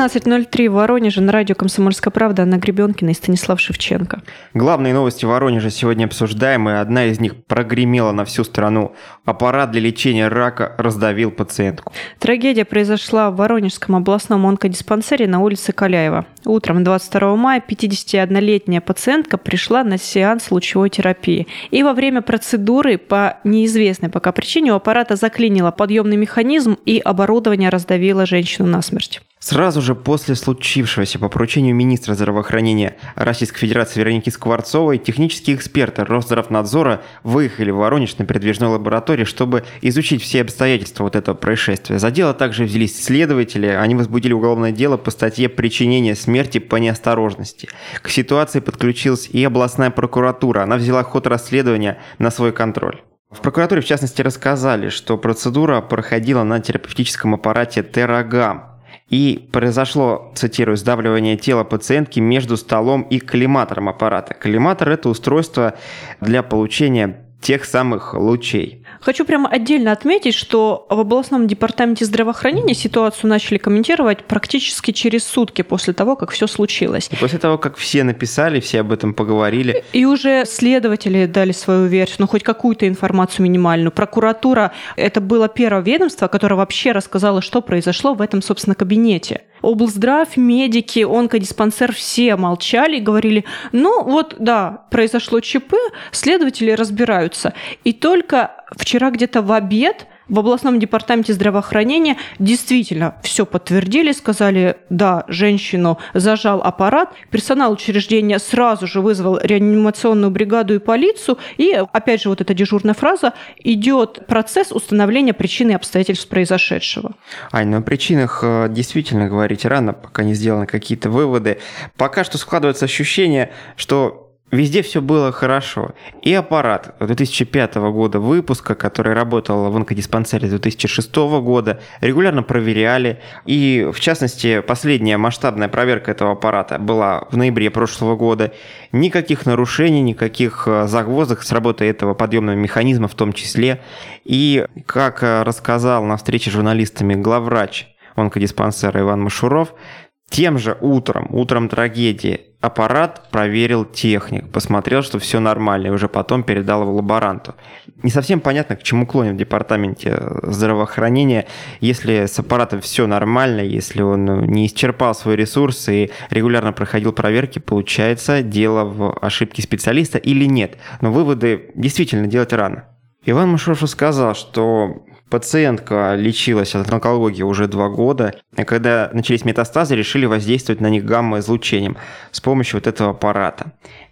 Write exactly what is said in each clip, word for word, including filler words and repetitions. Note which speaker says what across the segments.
Speaker 1: двенадцать ноль три в Воронеже. На радио «Комсомольская правда» Анна Гребенкина и Станислав Шевченко.
Speaker 2: Главные новости Воронежа сегодня обсуждаем, и одна из них прогремела на всю страну. Аппарат для лечения рака раздавил пациентку.
Speaker 1: Трагедия произошла в Воронежском областном онкодиспансере на улице Каляева. Утром двадцать второго мая пятидесятиоднолетняя пациентка пришла на сеанс лучевой терапии. И во время процедуры по неизвестной пока причине у аппарата заклинило подъемный механизм, и оборудование раздавило женщину насмерть.
Speaker 2: Сразу же после случившегося по поручению министра здравоохранения Российской Федерации Вероники Скворцовой технические эксперты Росздравнадзора выехали в Воронеж на передвижной лаборатории, чтобы изучить все обстоятельства вот этого происшествия. За дело также взялись следователи. Они возбудили уголовное дело по статье «Причинение смерти по неосторожности». К ситуации подключилась и областная прокуратура. Она взяла ход расследования на свой контроль. В прокуратуре, в частности, рассказали, что процедура проходила на терапевтическом аппарате Терагам. И произошло, цитирую, сдавливание тела пациентки между столом и коллиматором аппарата. Коллиматор – это устройство для получения тех самых лучей.
Speaker 1: Хочу прямо отдельно отметить, что в областном департаменте здравоохранения ситуацию начали комментировать практически через сутки после того, как все случилось.
Speaker 2: И после того, как все написали, все об этом поговорили.
Speaker 1: И уже следователи дали свою версию, ну хоть какую-то информацию минимальную. Прокуратура – это было первое ведомство, которое вообще рассказало, что произошло в этом, собственно, кабинете. Облздрав, медики, онкодиспансер все молчали и говорили, ну вот, да, произошло ЧП, следователи разбираются. И только вчера где-то в обед в областном департаменте здравоохранения действительно все подтвердили, сказали, да, женщину зажал аппарат, персонал учреждения сразу же вызвал реанимационную бригаду и полицию, и опять же вот эта дежурная фраза, идет процесс установления причины и обстоятельств произошедшего.
Speaker 2: Ань, ну о причинах действительно говорить рано, пока не сделаны какие-то выводы. Пока что складывается ощущение, что везде все было хорошо. И аппарат две тысячи пятого года выпуска, который работал в онкодиспансере две тысячи шестого года, регулярно проверяли. И, в частности, последняя масштабная проверка этого аппарата была в ноябре прошлого года. Никаких нарушений, никаких загвоздок с работой этого подъемного механизма в том числе. И, как рассказал на встрече с журналистами главврач онкодиспансера Иван Машуров, тем же утром, утром трагедии, аппарат проверил техник, посмотрел, что все нормально, и уже потом передал его лаборанту. Не совсем понятно, к чему клонят в департаменте здравоохранения, если с аппаратом все нормально, если он не исчерпал свой ресурс и регулярно проходил проверки, получается дело в ошибке специалиста или нет. Но выводы действительно делать рано. Иван Машуров сказал, что пациентка лечилась от онкологии уже два года, и когда начались метастазы, решили воздействовать на них гамма-излучением с помощью вот этого аппарата.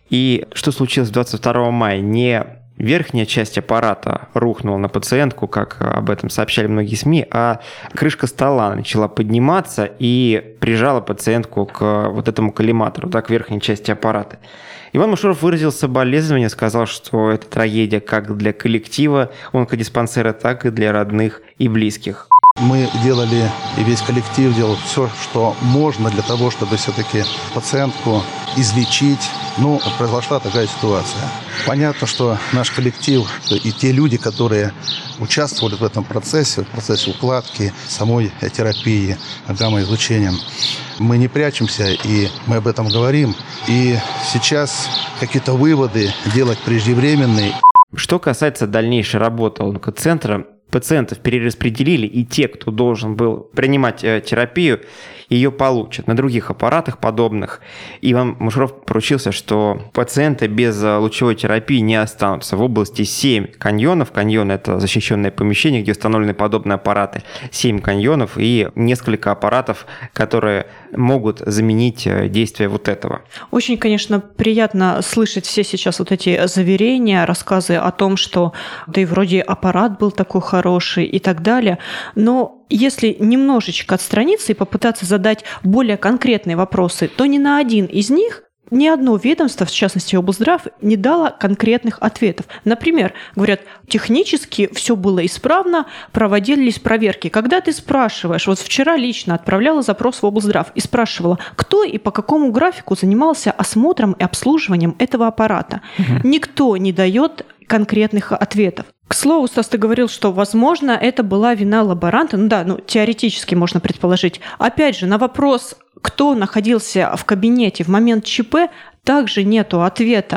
Speaker 2: И что случилось двадцать второго мая? Не верхняя часть аппарата рухнула на пациентку, как об этом сообщали многие СМИ, а крышка стола начала подниматься и прижала пациентку к вот этому коллиматору, да, к верхней части аппарата. Иван Машуров выразил соболезнования, сказал, что это трагедия как для коллектива онкодиспансера, так и для родных и близких.
Speaker 3: Мы делали, и весь коллектив делал все, что можно для того, чтобы все-таки пациентку излечить. Но произошла такая ситуация. Понятно, что наш коллектив и те люди, которые участвовали в этом процессе, в процессе укладки, самой терапии гамма-излучением, мы не прячемся, и мы об этом говорим. И сейчас какие-то выводы делать преждевременные.
Speaker 2: Что касается дальнейшей работы онкоцентра, пациентов перераспределили, и те, кто должен был принимать терапию, ее получат на других аппаратах подобных. Иван Машуров поручился, что пациенты без лучевой терапии не останутся. В области семь каньонов. Каньон – это защищенное помещение, где установлены подобные аппараты. семь каньонов и несколько аппаратов, которые могут заменить действие вот этого.
Speaker 1: Очень, конечно, приятно слышать все сейчас вот эти заверения, рассказы о том, что да и вроде аппарат был такой хороший и так далее. Но если немножечко отстраниться и попытаться задать более конкретные вопросы, то ни на один из них ни одно ведомство, в частности облздрав, не дало конкретных ответов. Например, говорят, технически все было исправно, проводились проверки. Когда ты спрашиваешь, вот вчера лично отправляла запрос в облздрав и спрашивала, кто и по какому графику занимался осмотром и обслуживанием этого аппарата. Угу. Никто не дает конкретных ответов. К слову, Стас, ты говорил, что, возможно, это была вина лаборанта. Ну да, ну теоретически можно предположить. Опять же, на вопрос, кто находился в кабинете в момент ЧП, также нету ответа.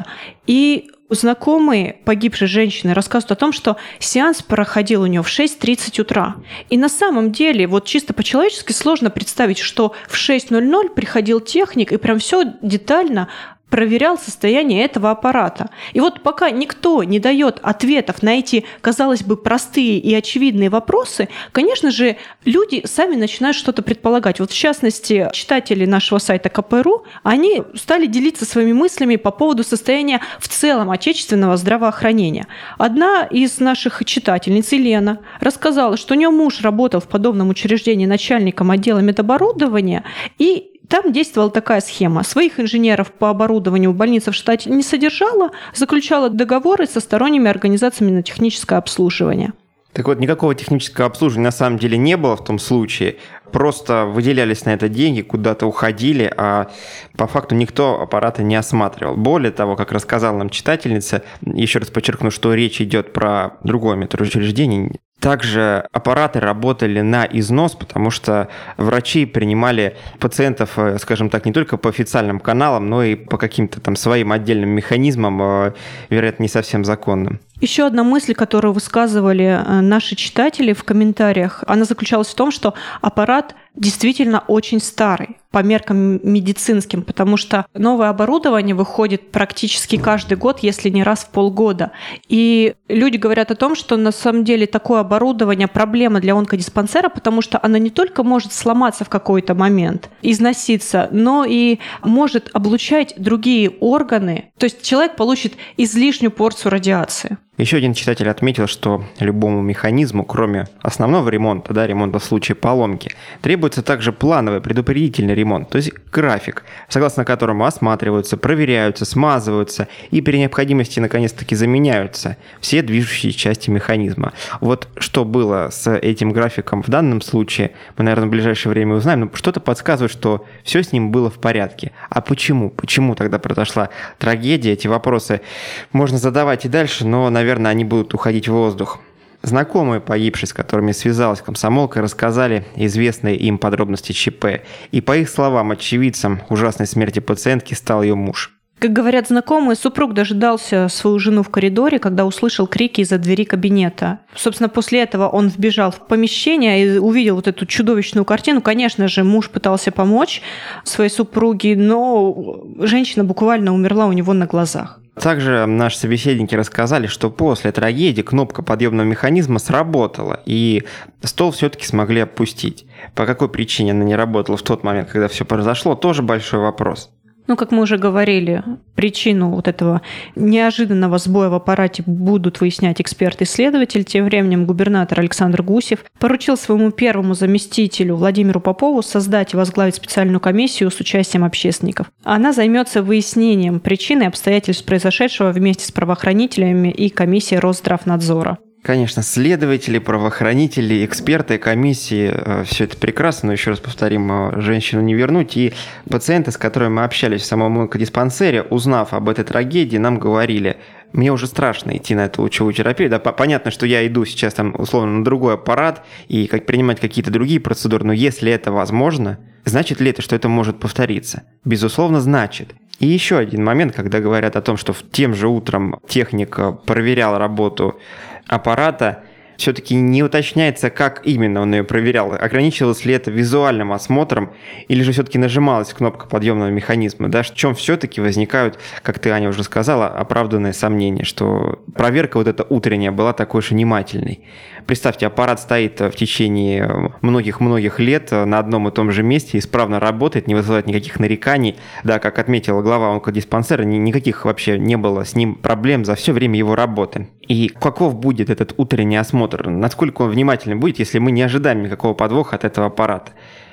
Speaker 1: И знакомые погибшей женщины рассказывают о том, что сеанс проходил у нее в шесть тридцать утра. И на самом деле, вот чисто по-человечески сложно представить, что в шесть ноль ноль приходил техник и прям все детально проверял состояние этого аппарата. И вот пока никто не дает ответов на эти, казалось бы, простые и очевидные вопросы, конечно же, люди сами начинают что-то предполагать. Вот в частности, читатели нашего сайта ка пэ точка ру, они стали делиться своими мыслями по поводу состояния в целом отечественного здравоохранения. Одна из наших читательниц, Елена, рассказала, что у нее муж работал в подобном учреждении начальником отдела медоборудования, и там действовала такая схема. Своих инженеров по оборудованию больница в штате не содержала, заключала договоры со сторонними организациями на техническое обслуживание.
Speaker 2: Так вот, никакого технического обслуживания на самом деле не было в том случае. Просто выделялись на это деньги, куда-то уходили, а по факту никто аппараты не осматривал. Более того, как рассказала нам читательница, еще раз подчеркну, что речь идет про другое медучреждение. Также аппараты работали на износ, потому что врачи принимали пациентов, скажем так, не только по официальным каналам, но и по каким-то там своим отдельным механизмам, вероятно, не совсем законным.
Speaker 1: Еще одна мысль, которую высказывали наши читатели в комментариях, она заключалась в том, что аппарат действительно очень старый по меркам медицинским, потому что новое оборудование выходит практически каждый год, если не раз в полгода. И люди говорят о том, что на самом деле такое оборудование проблема для онкодиспансера, потому что оно не только может сломаться в какой-то момент, износиться, но и может облучать другие органы. То есть человек получит излишнюю порцию радиации.
Speaker 2: Еще один читатель отметил, что любому механизму, кроме основного ремонта, да, ремонта в случае поломки, требуется также плановый предупредительный ремонт, то есть график, согласно которому осматриваются, проверяются, смазываются и при необходимости наконец-таки заменяются все движущие части механизма. Вот что было с этим графиком в данном случае, мы, наверное, в ближайшее время узнаем, но что-то подсказывает, что все с ним было в порядке. А почему? Почему тогда произошла трагедия? Эти вопросы можно задавать и дальше, но, наверное, Наверное, они будут уходить в воздух. Знакомые погибшие, с которыми связалась комсомолка, рассказали известные им подробности ЧП. И по их словам, очевидцем ужасной смерти пациентки стал ее муж.
Speaker 1: Как говорят знакомые, супруг дожидался свою жену в коридоре, когда услышал крики из-за двери кабинета. Собственно, после этого он вбежал в помещение и увидел вот эту чудовищную картину. Конечно же, муж пытался помочь своей супруге, но женщина буквально умерла у него на глазах.
Speaker 2: Также наши собеседники рассказали, что после трагедии кнопка подъемного механизма сработала, и стол все-таки смогли опустить. По какой причине она не работала в тот момент, когда все произошло, тоже большой вопрос.
Speaker 1: Ну, как мы уже говорили, причину вот этого неожиданного сбоя в аппарате будут выяснять эксперт-исследователь. Тем временем губернатор Александр Гусев поручил своему первому заместителю Владимиру Попову создать и возглавить специальную комиссию с участием общественников. Она займется выяснением причин и обстоятельств произошедшего вместе с правоохранителями и комиссией Росздравнадзора.
Speaker 2: Конечно, следователи, правоохранители, эксперты, комиссии, все это прекрасно, но еще раз повторим, женщину не вернуть. И пациенты, с которыми мы общались в самом онкодиспансере, узнав об этой трагедии, нам говорили: мне уже страшно идти на эту лучевую терапию. Да, понятно, что я иду сейчас там условно на другой аппарат и как принимать какие-то другие процедуры, но если это возможно, значит ли это, что это может повториться? Безусловно, значит. И еще один момент, когда говорят о том, что тем же утром техник проверял работу аппарата, все-таки не уточняется, как именно он ее проверял. Ограничивалось ли это визуальным осмотром, или же все-таки нажималась кнопка подъемного механизма. Да, в чем все-таки возникают, как ты, Аня, уже сказала, оправданные сомнения, что проверка вот эта утренняя была такой же внимательной. Представьте, аппарат стоит в течение многих-многих лет на одном и том же месте, исправно работает, не вызывает никаких нареканий. Да, как отметила глава онкодиспансера, никаких вообще не было с ним проблем за все время его работы. И каков будет этот утренний осмотр? Насколько он внимательный будет, если мы не ожидаем никакого подвоха от этого аппарата?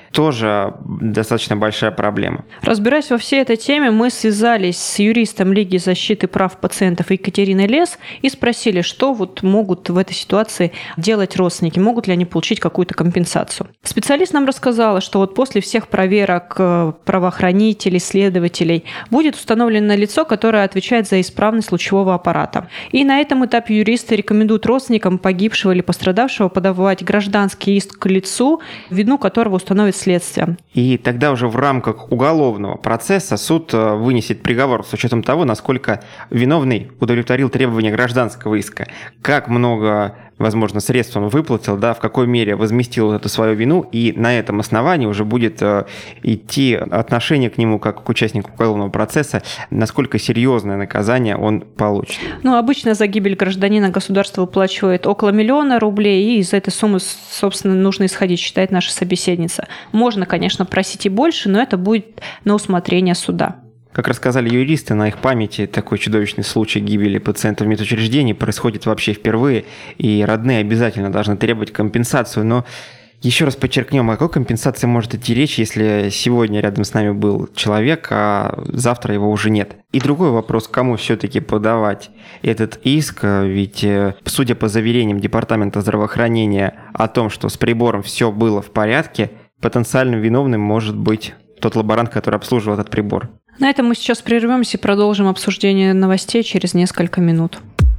Speaker 2: Тоже достаточно большая проблема.
Speaker 1: Разбираясь во всей этой теме, мы связались с юристом Лиги защиты прав пациентов Екатериной Лес и спросили, что вот могут в этой ситуации делать родственники, могут ли они получить какую-то компенсацию. Специалист нам рассказала, что вот после всех проверок правоохранителей, следователей будет установлено лицо, которое отвечает за исправность лучевого аппарата. И на этом этапе юристы рекомендуют родственникам погибшего или пострадавшего подавать гражданский иск к лицу, вину которого установит следствия.
Speaker 2: И тогда уже в рамках уголовного процесса суд вынесет приговор с учетом того, насколько виновный удовлетворил требования гражданского иска. Как много, возможно, средств он выплатил, да, в какой мере возместил эту свою вину, и на этом основании уже будет э, идти отношение к нему как к участнику уголовного процесса, насколько серьезное наказание он получит.
Speaker 1: Ну, обычно за гибель гражданина государство выплачивает около миллиона рублей, и из этой суммы, собственно, нужно исходить, считает наша собеседница. Можно, конечно, просить и больше, но это будет на усмотрение суда.
Speaker 2: Как рассказали юристы, на их памяти такой чудовищный случай гибели пациента в медучреждении происходит вообще впервые, и родные обязательно должны требовать компенсацию. Но еще раз подчеркнем, о какой компенсации может идти речь, если сегодня рядом с нами был человек, а завтра его уже нет. И другой вопрос, кому все-таки подавать этот иск, ведь, судя по заверениям Департамента здравоохранения о том, что с прибором все было в порядке, потенциальным виновным может быть тот лаборант, который обслуживал этот прибор.
Speaker 1: На этом мы сейчас прервемся и продолжим обсуждение новостей через несколько минут.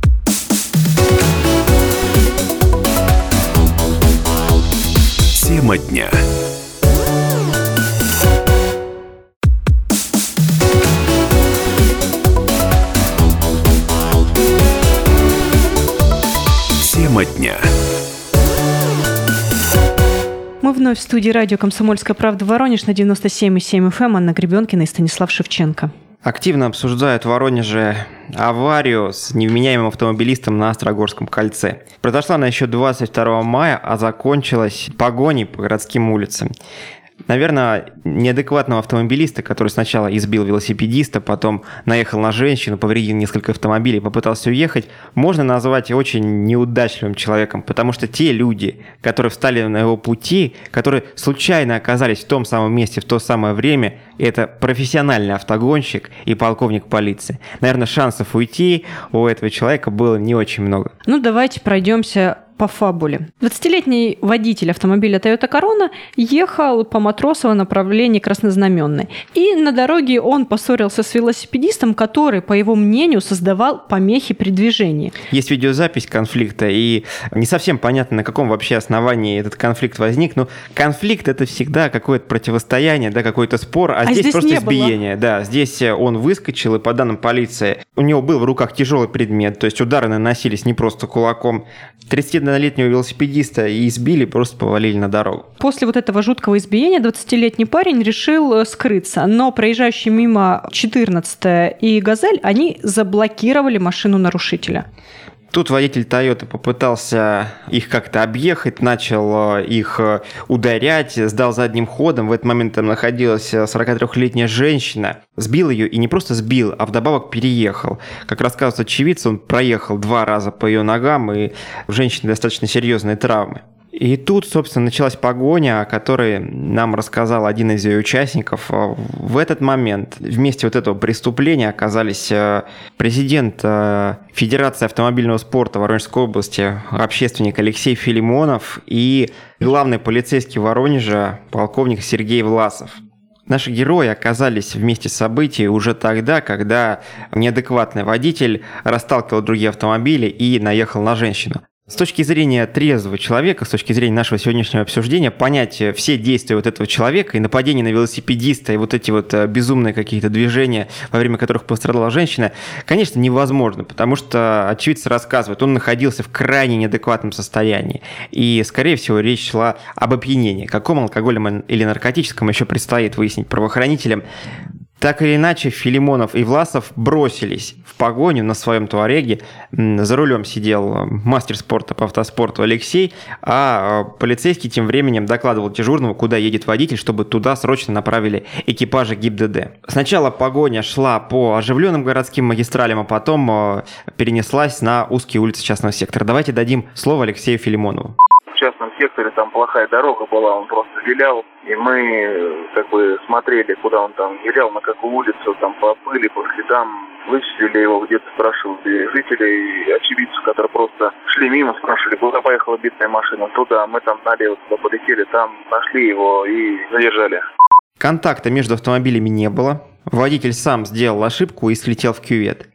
Speaker 4: Тема дня. Тема дня.
Speaker 1: Мы вновь в студии радио «Комсомольская правда» Воронеж на девяносто семь и семь эф эм. Анна Гребенкина и Станислав Шевченко.
Speaker 2: Активно обсуждают в Воронеже аварию с невменяемым автомобилистом на Острогорском кольце. Произошла она еще двадцать второго мая, а закончилась погоней по городским улицам. Наверное, неадекватного автомобилиста, который сначала избил велосипедиста, потом наехал на женщину, повредил несколько автомобилей, попытался уехать, можно назвать очень неудачливым человеком, потому что те люди, которые встали на его пути, которые случайно оказались в том самом месте в то самое время, это профессиональный автогонщик и полковник полиции. Наверное, шансов уйти у этого человека было не очень много.
Speaker 1: Ну, давайте пройдемся по фабуле. двадцатилетний водитель автомобиля Toyota Corona ехал по Матросово в направлении Краснознаменной. И на дороге он поссорился с велосипедистом, который, по его мнению, создавал помехи при движении.
Speaker 2: Есть видеозапись конфликта, и не совсем понятно, на каком вообще основании этот конфликт возник. Но конфликт – это всегда какое-то противостояние, да, какой-то спор, а, а здесь, здесь просто избиение. Да, здесь он выскочил, и по данным полиции, у него был в руках тяжелый предмет, то есть удары наносились не просто кулаком. тридцатиоднолетнего велосипедиста и избили, просто повалили на дорогу.
Speaker 1: После вот этого жуткого избиения двадцатилетний парень решил скрыться, но проезжающие мимо четырнадцатая и «Газель», они заблокировали машину нарушителя.
Speaker 2: Тут водитель Toyota попытался их как-то объехать, начал их ударять, сдал задним ходом. В этот момент там находилась сорокатрёхлетняя женщина. Сбил ее и не просто сбил, а вдобавок переехал. Как рассказывает очевидец, он проехал два раза по ее ногам, и у женщины достаточно серьезные травмы. И тут, собственно, началась погоня, о которой нам рассказал один из ее участников. В этот момент вместе вот этого преступления оказались президент Федерации автомобильного спорта Воронежской области, общественник Алексей Филимонов и главный полицейский Воронежа, полковник Сергей Власов. Наши герои оказались вместе с событий уже тогда, когда неадекватный водитель расталкивал другие автомобили и наехал на женщину. С точки зрения трезвого человека, с точки зрения нашего сегодняшнего обсуждения, понять все действия вот этого человека и нападение на велосипедиста, и вот эти вот безумные какие-то движения, во время которых пострадала женщина, конечно, невозможно, потому что очевидцы рассказывают, он находился в крайне неадекватном состоянии. И, скорее всего, речь шла об опьянении. Каком алкогольном или наркотическом еще предстоит выяснить правоохранителям. Так или иначе, Филимонов и Власов бросились в погоню на своем туареге. За рулем сидел мастер спорта по автоспорту Алексей, а полицейский тем временем докладывал дежурному, куда едет водитель, чтобы туда срочно направили экипажи ГИБДД. Сначала погоня шла по оживленным городским магистралям, а потом перенеслась на узкие улицы частного сектора. Давайте дадим слово Алексею Филимонову.
Speaker 5: В частном секторе там плохая дорога была, он просто вилял, и мы как бы смотрели, куда он там вилял, на какую улицу, там по пыли, по следам, вычислили его, где-то спрашивали жителей, очевидцев, которые просто шли мимо, спрашивали, куда поехала битная машина, туда, мы там налево туда полетели, там нашли его и задержали.
Speaker 2: Контакта между автомобилями не было. Водитель сам сделал ошибку и слетел в кювет.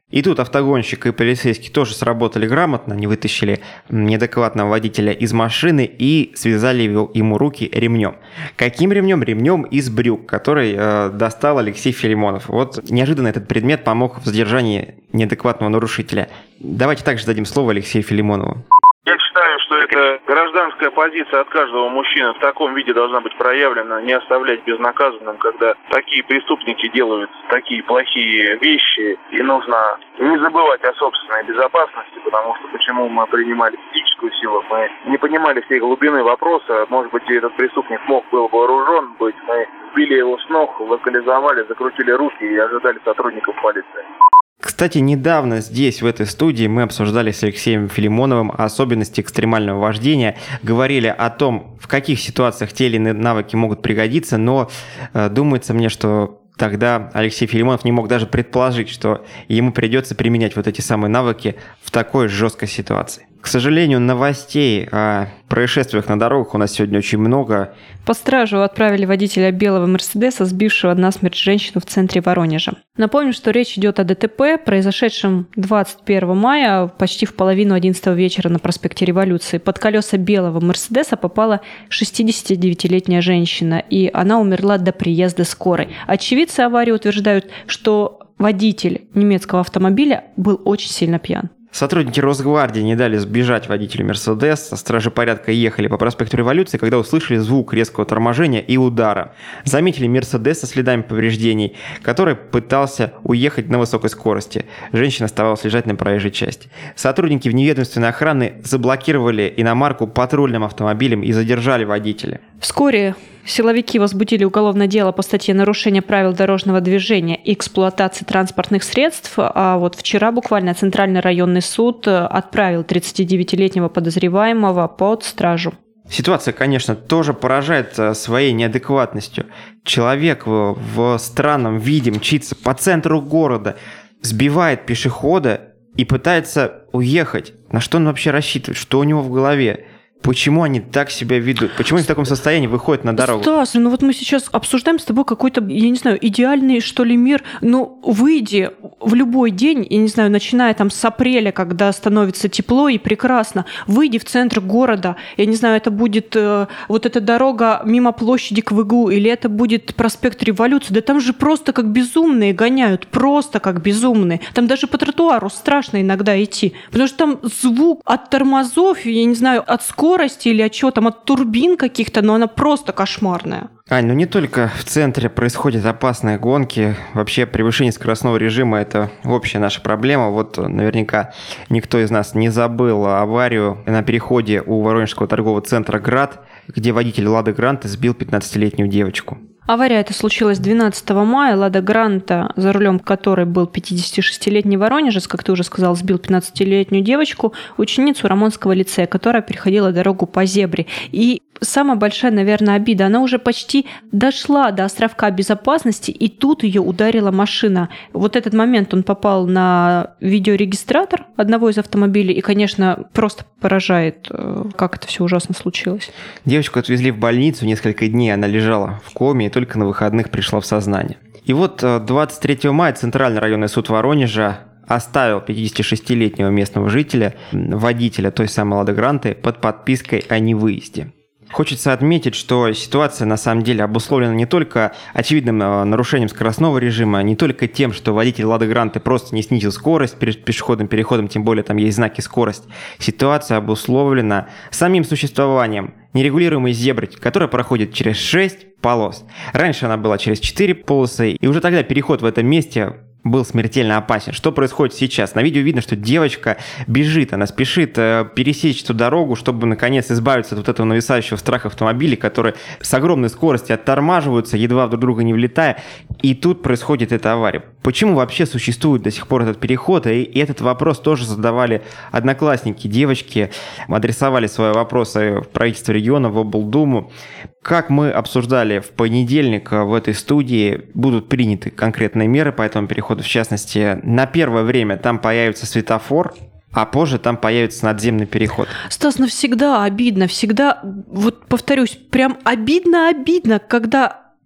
Speaker 2: И тут автогонщик и полицейский тоже сработали грамотно, они вытащили неадекватного водителя из машины и связали его, ему руки ремнем. Каким ремнем? Ремнем из брюк, который э, достал Алексей Филимонов. Вот неожиданно этот предмет помог в задержании неадекватного нарушителя. Давайте также дадим слово Алексею Филимонову.
Speaker 5: Я считаю, что это гражданская позиция от каждого мужчины в таком виде должна быть проявлена, не оставлять безнаказанным, когда такие преступники делают такие плохие вещи. И нужно не забывать о собственной безопасности, потому что почему мы принимали физическую силу, мы не понимали всей глубины вопроса. Может быть, этот преступник мог был вооружен быть, мы сбили его с ног, локализовали, закрутили руки и ожидали сотрудников полиции.
Speaker 2: Кстати, недавно здесь, в этой студии, мы обсуждали с Алексеем Филимоновым особенности экстремального вождения, говорили о том, в каких ситуациях те или иные навыки могут пригодиться, но э, думается мне, что тогда Алексей Филимонов не мог даже предположить, что ему придется применять вот эти самые навыки в такой жесткой ситуации. К сожалению, новостей о происшествиях на дорогах у нас сегодня очень много.
Speaker 1: По стражу отправили водителя белого Мерседеса, сбившего насмерть женщину в центре Воронежа. Напомню, что речь идет о ДТП, произошедшем двадцать первого мая, почти в половину одиннадцатого вечера на проспекте Революции. Под колеса белого Мерседеса попала шестидесятидевятилетняя женщина, и она умерла до приезда скорой. Очевидцы аварии утверждают, что водитель немецкого автомобиля был очень сильно пьян.
Speaker 2: Сотрудники Росгвардии не дали сбежать водителю Мерседеса. Стражи порядка ехали по проспекту Революции, когда услышали звук резкого торможения и удара. Заметили Мерседес со следами повреждений, который пытался уехать на высокой скорости. Женщина оставалась лежать на проезжей части. Сотрудники вневедомственной охраны заблокировали иномарку патрульным автомобилем и задержали водителя.
Speaker 1: Вскоре силовики возбудили уголовное дело по статье «Нарушение правил дорожного движения и эксплуатации транспортных средств», а вот вчера буквально Центральный районный суд отправил тридцатидевятилетнего подозреваемого под стражу.
Speaker 2: Ситуация, конечно, тоже поражает своей неадекватностью. Человек в странном виде мчится по центру города, сбивает пешехода и пытается уехать. На что он вообще рассчитывает? Что у него в голове? Почему они так себя ведут? Почему они в таком состоянии выходят на дорогу?
Speaker 1: Стас, ну вот мы сейчас обсуждаем с тобой какой-то, я не знаю, идеальный, что ли, мир. Ну, выйди в любой день, я не знаю, начиная там с апреля, когда становится тепло и прекрасно, выйди в центр города, я не знаю, это будет э, вот эта дорога мимо площади КВГУ, или это будет проспект Революции, да там же просто как безумные гоняют, просто как безумные. Там даже по тротуару страшно иногда идти, потому что там звук от тормозов, я не знаю, от скорости, скорости или от чего там, от турбин каких-то, но она просто кошмарная.
Speaker 2: Ань, ну не только в центре происходят опасные гонки, вообще превышение скоростного режима – это общая наша проблема. Вот наверняка никто из нас не забыл аварию на переходе у Воронежского торгового центра «Град», где водитель «Лады Гранта» сбил пятнадцатилетнюю девочку.
Speaker 1: Авария эта случилась двенадцатого мая. «Лада Гранта», за рулем которой был пятидесятишестилетний воронежец, как ты уже сказал, сбил пятнадцатилетнюю девочку, ученицу Рамонского лицея, которая переходила дорогу по зебре. И самая большая, наверное, обида, она уже почти дошла до островка безопасности, и тут ее ударила машина. Вот этот момент он попал на видеорегистратор одного из автомобилей, и, конечно, просто поражает, как это все ужасно случилось.
Speaker 2: Девочку отвезли в больницу, несколько дней она лежала в коме, и только на выходных пришла в сознание. И вот двадцать третьего мая Центральный районный суд Воронежа оставил пятидесятишестилетнего местного жителя, водителя той самой «Лады Гранты», под подпиской о невыезде. Хочется отметить, что ситуация на самом деле обусловлена не только очевидным нарушением скоростного режима, не только тем, что водитель «Лады Гранты» просто не снизил скорость перед пешеходным переходом, тем более там есть знаки «скорость». Ситуация обусловлена самим существованием нерегулируемой зебры, которая проходит через шесть полос. Раньше она была через четыре полосы, и уже тогда переход в этом месте был смертельно опасен. Что происходит сейчас? На видео видно, что девочка бежит, она спешит э, пересечь эту дорогу, чтобы наконец избавиться от вот этого нависающего страха автомобилей, которые с огромной скоростью оттормаживаются, едва друг друга не влетая, и тут происходит эта авария. Почему вообще существует до сих пор этот переход? И, и этот вопрос тоже задавали одноклассники, девочки, адресовали свои вопросы в правительство региона, в облдуму. Как мы обсуждали в понедельник в этой студии, будут приняты конкретные меры по этому переходу. В частности, на первое время там появится светофор, а позже там появится надземный переход.
Speaker 1: Стас, навсегда обидно, всегда, вот повторюсь, прям обидно-обидно, когда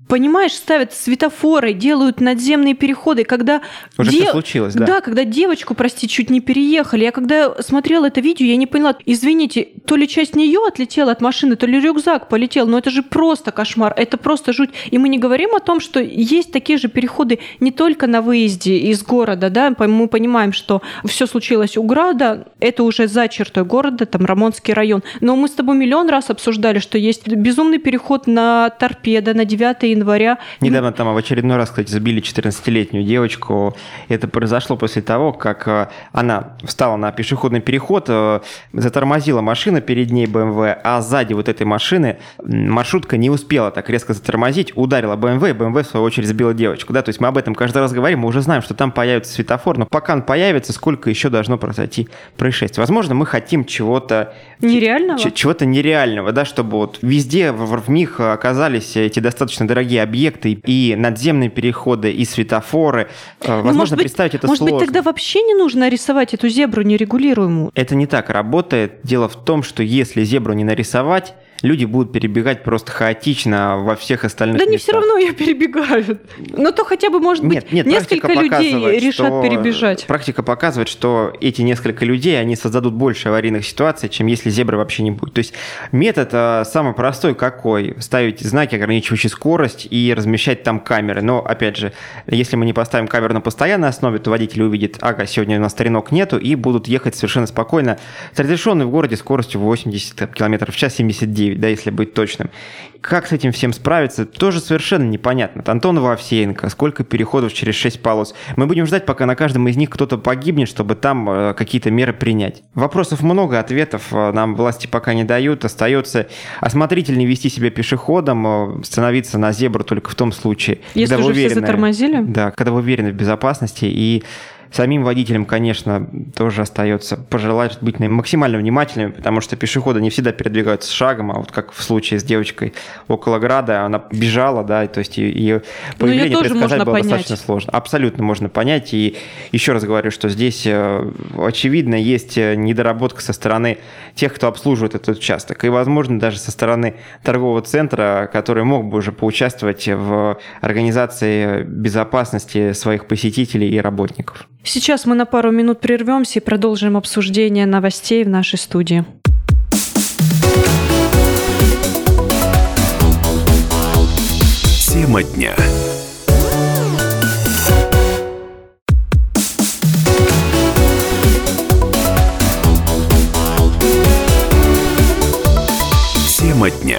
Speaker 1: Понимаешь, ставят светофоры, делают надземные переходы, когда...
Speaker 2: Уже
Speaker 1: де...
Speaker 2: все случилось, да?
Speaker 1: Да, когда девочку, прости, чуть не переехали. Я когда смотрела это видео, я не поняла, извините, то ли часть нее отлетела от машины, то ли рюкзак полетел, но это же просто кошмар, это просто жуть. И мы не говорим о том, что есть такие же переходы не только на выезде из города, да, мы понимаем, что все случилось у Града, это уже за чертой города, там Рамонский район, но мы с тобой миллион раз обсуждали, что есть безумный переход на Торпедо, на девятое января.
Speaker 2: Недавно там в очередной раз, кстати, забили четырнадцатилетнюю девочку. Это произошло после того, как она встала на пешеходный переход, затормозила машина перед ней бэ эм вэ, а сзади вот этой машины маршрутка не успела так резко затормозить, ударила бэ эм вэ, и бэ эм вэ в свою очередь сбила девочку. Да? То есть мы об этом каждый раз говорим, мы уже знаем, что там появится светофор, но пока он появится, сколько еще должно произойти происшествий. Возможно, мы хотим чего-то...
Speaker 1: Нереального?
Speaker 2: Чего-то нереального, да, чтобы вот везде в, в них оказались эти достаточно дорогие объекты, и надземные переходы, и светофоры.
Speaker 1: Ну,
Speaker 2: Возможно,
Speaker 1: может быть,
Speaker 2: представить это
Speaker 1: может
Speaker 2: сложно.
Speaker 1: Может быть, тогда вообще не нужно рисовать эту зебру нерегулируемую?
Speaker 2: Это не так работает. Дело в том, что если зебру не нарисовать, люди будут перебегать просто хаотично во всех остальных
Speaker 1: Да
Speaker 2: местах.
Speaker 1: не все равно ее перебегают. Но то хотя бы, может быть,
Speaker 2: нет, нет,
Speaker 1: несколько людей решат
Speaker 2: что,
Speaker 1: перебежать.
Speaker 2: Практика показывает, что эти несколько людей, они создадут больше аварийных ситуаций, чем если зебры вообще не будет. То есть метод а, самый простой какой? Ставить знаки, ограничивающие скорость, и размещать там камеры. Но, опять же, если мы не поставим камеру на постоянной основе, то водитель увидит, ага, сегодня у нас стрелок нету, и будут ехать совершенно спокойно с разрешенной в городе скоростью восемьдесят километров в час, семьдесят девять, да, если быть точным. Как с этим всем справиться, тоже совершенно непонятно. Антонова, Овсеенко, сколько переходов через шесть полос. Мы будем ждать, пока на каждом из них кто-то погибнет, чтобы там э, какие-то меры принять. Вопросов много, ответов э, нам власти пока не дают. Остается осмотрительнее вести себя пешеходом, э, становиться на зебру только в том случае,
Speaker 1: если
Speaker 2: когда
Speaker 1: уже
Speaker 2: вы уверены,
Speaker 1: все затормозили?
Speaker 2: Да, когда вы уверены в безопасности. И самим водителям, конечно, тоже остается пожелать быть максимально внимательными, потому что пешеходы не всегда передвигаются шагом, а вот как в случае с девочкой около Града, она бежала, да, то есть ее появление предсказать было понять. Достаточно сложно. Абсолютно можно понять, и еще раз говорю, что здесь, очевидно, есть недоработка со стороны тех, кто обслуживает этот участок, и, возможно, даже со стороны торгового центра, который мог бы уже поучаствовать в организации безопасности своих посетителей и работников.
Speaker 1: Сейчас мы на пару минут прервемся и продолжим обсуждение новостей в нашей студии.
Speaker 4: Тема дня. Тема дня.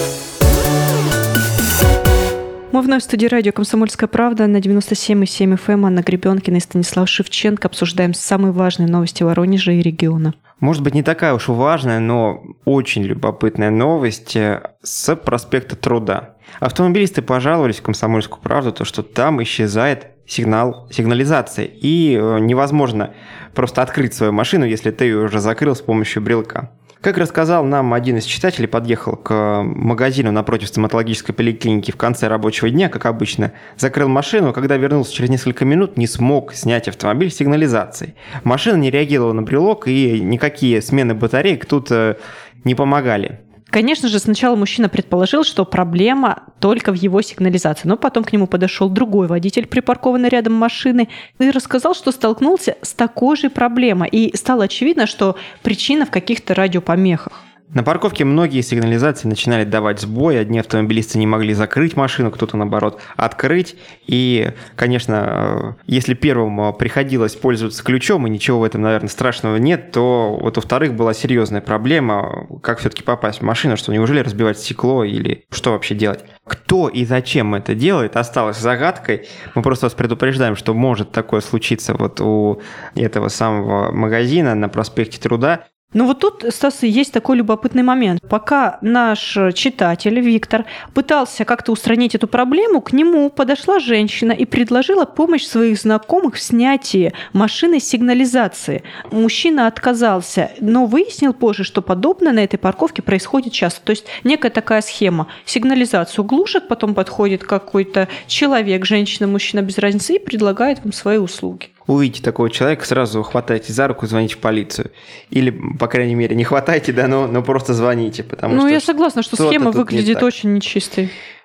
Speaker 1: Мы вновь в студии радио «Комсомольская правда» на девяносто семь и семь эф эм. Анна Гребенкина и Станислав Шевченко. Обсуждаем самые важные новости Воронежа и региона.
Speaker 2: Может быть, не такая уж важная, но очень любопытная новость с проспекта Труда. Автомобилисты пожаловались в «Комсомольскую правду», то, что там исчезает сигнал сигнализации, и невозможно просто открыть свою машину, если ты ее уже закрыл с помощью брелка. Как рассказал нам один из читателей, подъехал к магазину напротив стоматологической поликлиники в конце рабочего дня, как обычно, закрыл машину, когда вернулся через несколько минут, не смог снять автомобиль с сигнализацией. Машина не реагировала на брелок, и никакие смены батареек тут не помогали.
Speaker 1: Конечно же, сначала мужчина предположил, что проблема только в его сигнализации, но потом к нему подошел другой водитель, припаркованный рядом машины, и рассказал, что столкнулся с такой же проблемой, и стало очевидно, что причина в каких-то радиопомехах.
Speaker 2: На парковке многие сигнализации начинали давать сбой, одни автомобилисты не могли закрыть машину, кто-то, наоборот, открыть. И, конечно, если первым приходилось пользоваться ключом, и ничего в этом, наверное, страшного нет, то вот у вторых была серьезная проблема, как все-таки попасть в машину, что неужели разбивать стекло или что вообще делать. Кто и зачем это делает, осталось загадкой. Мы просто вас предупреждаем, что может такое случиться вот у этого самого магазина на проспекте Труда.
Speaker 1: Но вот тут, Стас, есть такой любопытный момент. Пока наш читатель Виктор пытался как-то устранить эту проблему, к нему подошла женщина и предложила помощь своих знакомых в снятии машины сигнализации. Мужчина отказался, но выяснил позже, что подобное на этой парковке происходит часто. То есть некая такая схема. Сигнализацию глушат, потом подходит какой-то человек, женщина, мужчина, без разницы, и предлагает вам свои услуги.
Speaker 2: Увидите такого человека, сразу хватайте за руку, звоните в полицию. Или, по крайней мере, не хватайте, да, но, но просто звоните. Потому
Speaker 1: ну,
Speaker 2: что
Speaker 1: я согласна, что схема выглядит очень нечистой.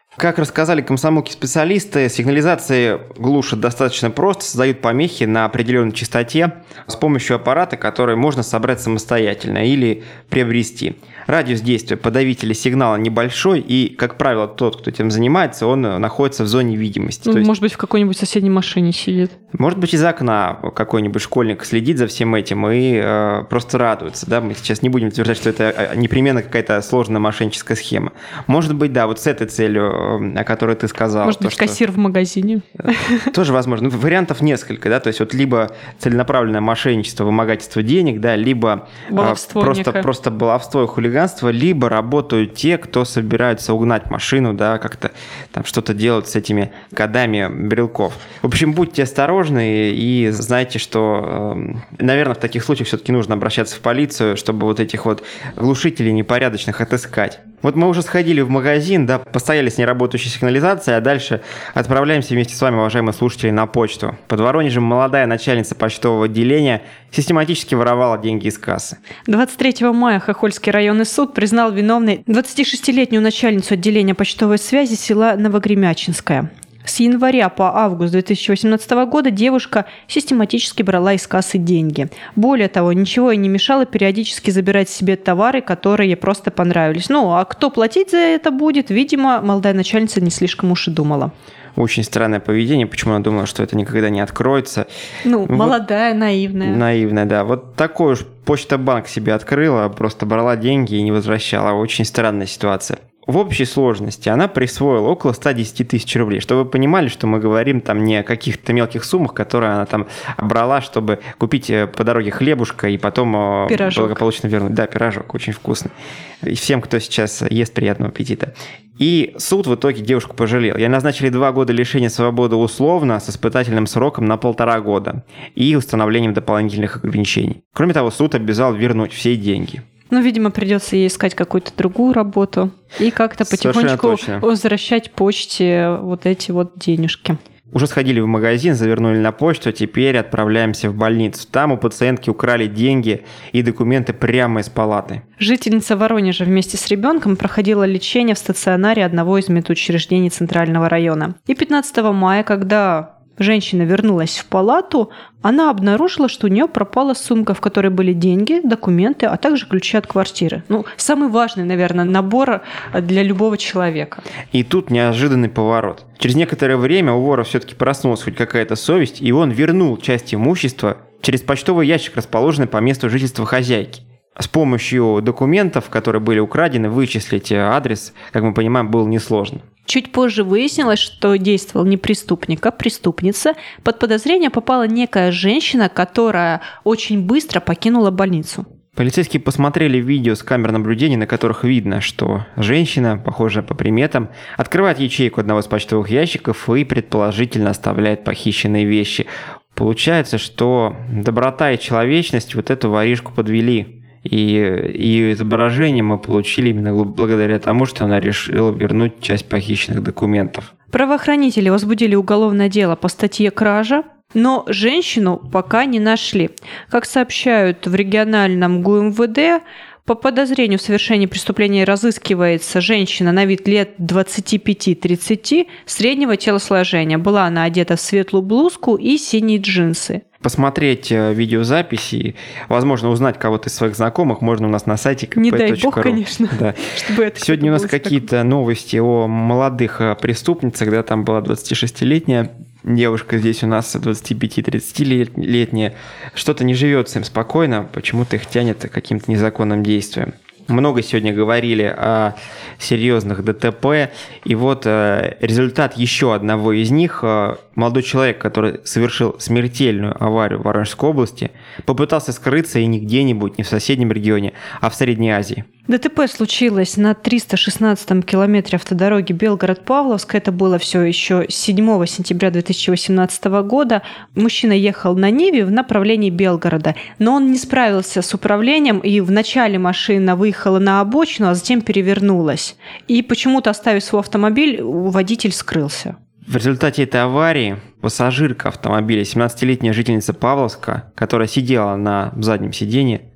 Speaker 2: Как рассказали комсомолки-специалисты, сигнализации глушат достаточно просто, создают помехи на определенной частоте с помощью аппарата, который можно собрать самостоятельно или приобрести. Радиус действия подавителя сигнала небольшой, и, как правило, тот, кто этим занимается, он находится в зоне видимости.
Speaker 1: Ну,
Speaker 2: То есть,
Speaker 1: может быть, в какой-нибудь соседней машине сидит.
Speaker 2: может быть, из окна какой-нибудь школьник следит за всем этим и э, просто радуется. Да? Мы сейчас не будем утверждать, что это непременно какая-то сложная мошенническая схема. Может быть, да, вот с этой целью, о которой ты сказал.
Speaker 1: Может
Speaker 2: то,
Speaker 1: быть,
Speaker 2: что...
Speaker 1: кассир в магазине.
Speaker 2: Тоже возможно. Ну, вариантов несколько, да, то есть вот либо целенаправленное мошенничество, вымогательство денег, да, либо
Speaker 1: баловство
Speaker 2: просто,
Speaker 1: некое.
Speaker 2: просто баловство и хулиганство, либо работают те, кто собираются угнать машину, да, как-то там что-то делать с этими кодами брелков. В общем, будьте осторожны и знайте, что, наверное, в таких случаях все-таки нужно обращаться в полицию, чтобы вот этих вот глушителей непорядочных отыскать. Вот мы уже сходили в магазин, да, постояли с неработающей сигнализацией, а дальше отправляемся вместе с вами, уважаемые слушатели, на почту. Под Воронежем молодая начальница почтового отделения систематически воровала деньги из кассы.
Speaker 1: двадцать третьего мая Хохольский районный суд признал виновной двадцатишестилетнюю начальницу отделения почтовой связи села Новогремячинская. С января по август две тысячи восемнадцатого года девушка систематически брала из кассы деньги. Более того, ничего ей не мешало периодически забирать себе товары, которые ей просто понравились. Ну, а кто платить за это будет, видимо, молодая начальница не слишком уж и думала.
Speaker 2: Очень странное поведение, почему она думала, что это никогда не откроется.
Speaker 1: Ну,
Speaker 2: вот,
Speaker 1: молодая, наивная.
Speaker 2: Наивная, да. Вот такой уж Почта-банк себе открыла, просто брала деньги и не возвращала. Очень странная ситуация. В общей сложности она присвоила около сто десять тысяч рублей. Чтобы вы понимали, что мы говорим там не о каких-то мелких суммах, которые она там брала, чтобы купить по дороге хлебушка и потом
Speaker 1: пирожок.
Speaker 2: Благополучно вернуть. Да, пирожок, очень вкусный. И всем, кто сейчас ест, приятного аппетита. И суд в итоге девушку пожалел. Ей назначили два года лишения свободы условно с испытательным сроком на полтора года и установлением дополнительных ограничений. Кроме того, суд обязал вернуть все деньги.
Speaker 1: Ну, видимо, придется ей искать какую-то другую работу и как-то потихонечку возвращать почте вот эти вот денежки.
Speaker 2: Уже сходили в магазин, завернули на почту, теперь отправляемся в больницу. Там у пациентки украли деньги и документы прямо из палаты.
Speaker 1: Жительница Воронежа вместе с ребенком проходила лечение в стационаре одного из медучреждений Центрального района. И пятнадцатого мая, когда женщина вернулась в палату, она обнаружила, что у нее пропала сумка, в которой были деньги, документы, а также ключи от квартиры. Ну, самый важный, наверное, набор для любого человека.
Speaker 2: И тут неожиданный поворот. Через некоторое время у вора все-таки проснулась хоть какая-то совесть, и он вернул часть имущества через почтовый ящик, расположенный по месту жительства хозяйки. С помощью документов, которые были украдены, вычислить адрес, как мы понимаем, было несложно.
Speaker 1: Чуть позже выяснилось, что действовал не преступник, а преступница. Под подозрение попала некая женщина, которая очень быстро покинула больницу.
Speaker 2: Полицейские посмотрели видео с камер наблюдения, на которых видно, что женщина, похожая по приметам, открывает ячейку одного из почтовых ящиков и предположительно оставляет похищенные вещи. Получается, что доброта и человечность вот эту воришку подвели. И, и изображение мы получили именно благодаря тому, что она решила вернуть часть похищенных документов.
Speaker 1: Правоохранители возбудили уголовное дело по статье «Кража», но женщину пока не нашли. Как сообщают в региональном ГУМВД, по подозрению в совершении преступления разыскивается женщина на вид лет двадцать пять тридцать, среднего телосложения. Была она одета в светлую блузку и синие джинсы.
Speaker 2: Посмотреть видеозаписи, возможно, узнать кого-то из своих знакомых можно у нас на сайте ка пэ точка ру.
Speaker 1: Не дай бог, конечно.
Speaker 2: Да.
Speaker 1: Чтобы это
Speaker 2: Сегодня у нас какие-то так... новости о молодых преступницах, да, там была двадцатишестилетняя девушка, здесь у нас двадцать пять-тридцатилетняя. Что-то не живется им спокойно, почему-то их тянет к каким-то незаконным действиям. Много сегодня говорили о серьезных дэ тэ пэ, и вот э, результат еще одного из них. Э, молодой человек, который совершил смертельную аварию в Воронежской области, попытался скрыться и не где-нибудь, не в соседнем регионе, а в Средней Азии.
Speaker 1: дэ тэ пэ случилось на триста шестнадцатом километре автодороги Белгород-Павловск. Это было все еще седьмого сентября две тысячи восемнадцатого года. Мужчина ехал на Ниве в направлении Белгорода, но он не справился с управлением, и в начале машина выехала на обочину, а затем перевернулась. И почему-то, оставив свой автомобиль, водитель скрылся.
Speaker 2: В результате этой аварии пассажирка автомобиля, семнадцатилетняя жительница Павловска, которая сидела на заднем сиденье,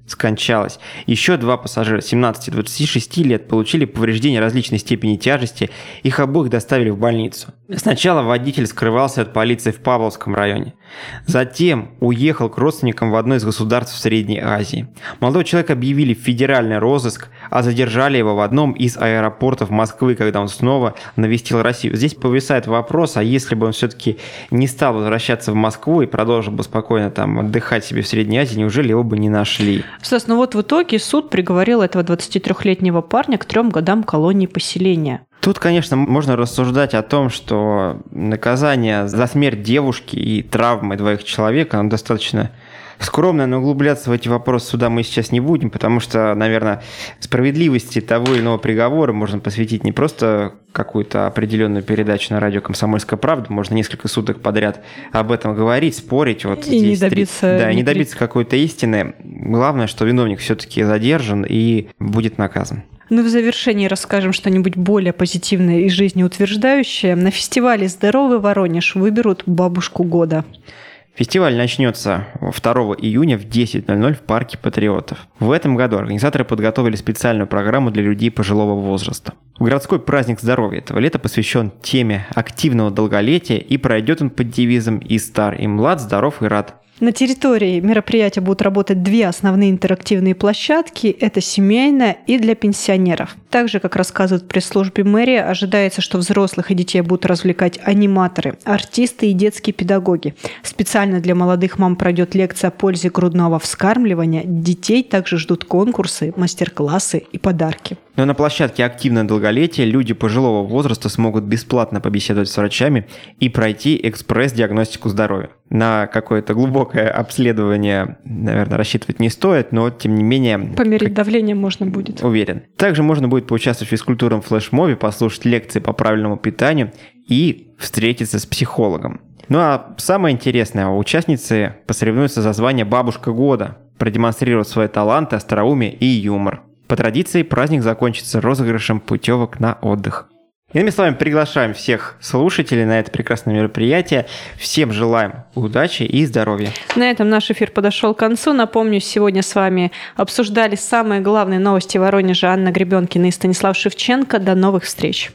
Speaker 2: скончалась. Еще два пассажира семнадцати и двадцати шести лет получили повреждения различной степени тяжести. Их обоих доставили в больницу. Сначала водитель скрывался от полиции в Павловском районе. Затем уехал к родственникам в одно из государств Средней Азии. Молодого человека объявили в федеральный розыск, а задержали его в одном из аэропортов Москвы, когда он снова навестил Россию. Здесь повисает вопрос, а если бы он все-таки не стал возвращаться в Москву и продолжил бы спокойно там отдыхать себе в Средней Азии, неужели его бы не нашли?
Speaker 1: Стас, ну вот в итоге суд приговорил этого двадцатитрёхлетнего парня к трем годам колонии поселения.
Speaker 2: Тут, конечно, можно рассуждать о том, что наказание за смерть девушки и травмы двоих человек, оно достаточно скромное, но углубляться в эти вопросы суда мы сейчас не будем, потому что, наверное, справедливости того или иного приговора можно посвятить не просто какую-то определенную передачу на радио «Комсомольская правда», можно несколько суток подряд об этом говорить, спорить. Вот
Speaker 1: и
Speaker 2: здесь
Speaker 1: не добиться...
Speaker 2: Да,
Speaker 1: не
Speaker 2: не добиться какой-то истины. Главное, что виновник все-таки задержан и будет наказан.
Speaker 1: Ну и в завершении расскажем что-нибудь более позитивное и жизнеутверждающее. На фестивале «Здоровый Воронеж» выберут бабушку года.
Speaker 2: Фестиваль начнется второго июня в десять ноль ноль в парке Патриотов. В этом году организаторы подготовили специальную программу для людей пожилого возраста. Городской праздник здоровья этого лета посвящен теме активного долголетия, и пройдет он под девизом «И стар, и млад, здоров и рад».
Speaker 1: На территории мероприятия будут работать две основные интерактивные площадки. Это семейная и для пенсионеров. Также, как рассказывают в пресс-службе мэрии, ожидается, что взрослых и детей будут развлекать аниматоры, артисты и детские педагоги. Специально для молодых мам пройдет лекция о пользе грудного вскармливания. Детей также ждут конкурсы, мастер-классы и подарки.
Speaker 2: Но на площадке «Активное долголетие» люди пожилого возраста смогут бесплатно побеседовать с врачами и пройти экспресс-диагностику здоровья. На какое-то глубокое обследование, наверное, рассчитывать не стоит, но тем не менее...
Speaker 1: Померить как... давление можно будет.
Speaker 2: Уверен. Также можно будет поучаствовать в физкультурном флешмобе, послушать лекции по правильному питанию и встретиться с психологом. Ну а самое интересное, участницы посоревнуются за звание «Бабушка года», продемонстрируют свои таланты, остроумие и юмор. По традиции праздник закончится розыгрышем путевок на отдых. Иными словами, приглашаем всех слушателей на это прекрасное мероприятие. Всем желаем удачи и здоровья.
Speaker 1: На этом наш эфир подошел к концу. Напомню, сегодня с вами обсуждали самые главные новости Воронежа Анна Гребенкина и Станислав Шевченко. До новых встреч.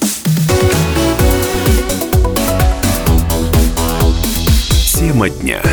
Speaker 4: Тема дня.